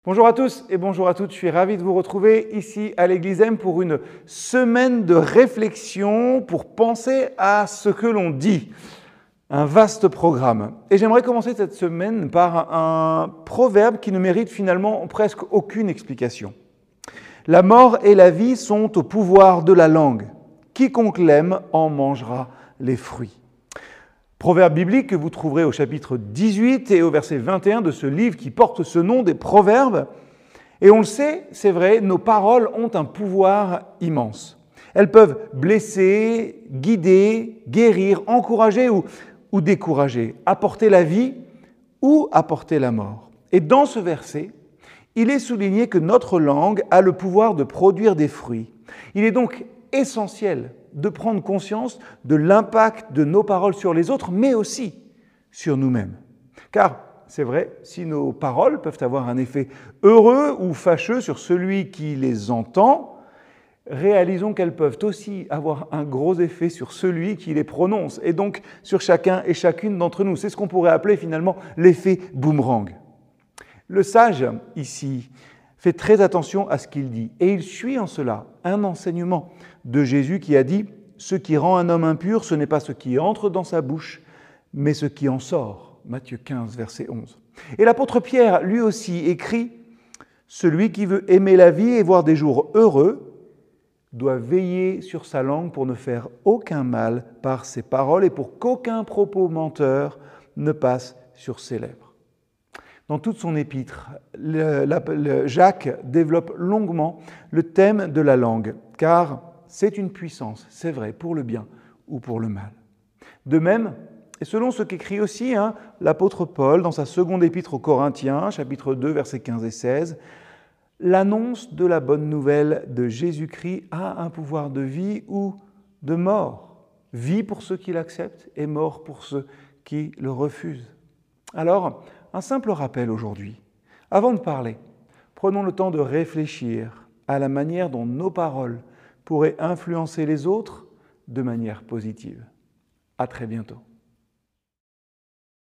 Bonjour à tous et bonjour à toutes, je suis ravi de vous retrouver ici à l'Église M pour une semaine de réflexion pour penser à ce que l'on dit. Un vaste programme. Et j'aimerais commencer cette semaine par un proverbe qui ne mérite finalement presque aucune explication. La mort et la vie sont au pouvoir de la langue. Quiconque l'aime en mangera les fruits. Proverbe biblique que vous trouverez au chapitre 18 et au verset 21 de ce livre qui porte ce nom des Proverbes. Et on le sait, c'est vrai, nos paroles ont un pouvoir immense. Elles peuvent blesser, guider, guérir, encourager ou décourager, apporter la vie ou apporter la mort. Et dans ce verset, il est souligné que notre langue a le pouvoir de produire des fruits. Il est donc essentiel de prendre conscience de l'impact de nos paroles sur les autres, mais aussi sur nous-mêmes. Car, c'est vrai, si nos paroles peuvent avoir un effet heureux ou fâcheux sur celui qui les entend, réalisons qu'elles peuvent aussi avoir un gros effet sur celui qui les prononce, et donc sur chacun et chacune d'entre nous. C'est ce qu'on pourrait appeler finalement l'effet boomerang. Le sage, ici, fait très attention à ce qu'il dit, et il suit en cela un enseignement de Jésus qui a dit « Ce qui rend un homme impur, ce n'est pas ce qui entre dans sa bouche, mais ce qui en sort ». Matthieu 15, verset 11. Et l'apôtre Pierre, lui aussi, écrit « Celui qui veut aimer la vie et voir des jours heureux doit veiller sur sa langue pour ne faire aucun mal par ses paroles et pour qu'aucun propos menteur ne passe sur ses lèvres. » Dans toute son épître, Jacques développe longuement le thème de la langue, car c'est une puissance, c'est vrai, pour le bien ou pour le mal. De même, et selon ce qu'écrit aussi l'apôtre Paul dans sa seconde épître aux Corinthiens, chapitre 2, versets 15 et 16, l'annonce de la bonne nouvelle de Jésus-Christ a un pouvoir de vie ou de mort. Vie pour ceux qui l'acceptent et mort pour ceux qui le refusent. Alors, un simple rappel aujourd'hui. Avant de parler, prenons le temps de réfléchir à la manière dont nos paroles pourraient influencer les autres de manière positive. À très bientôt.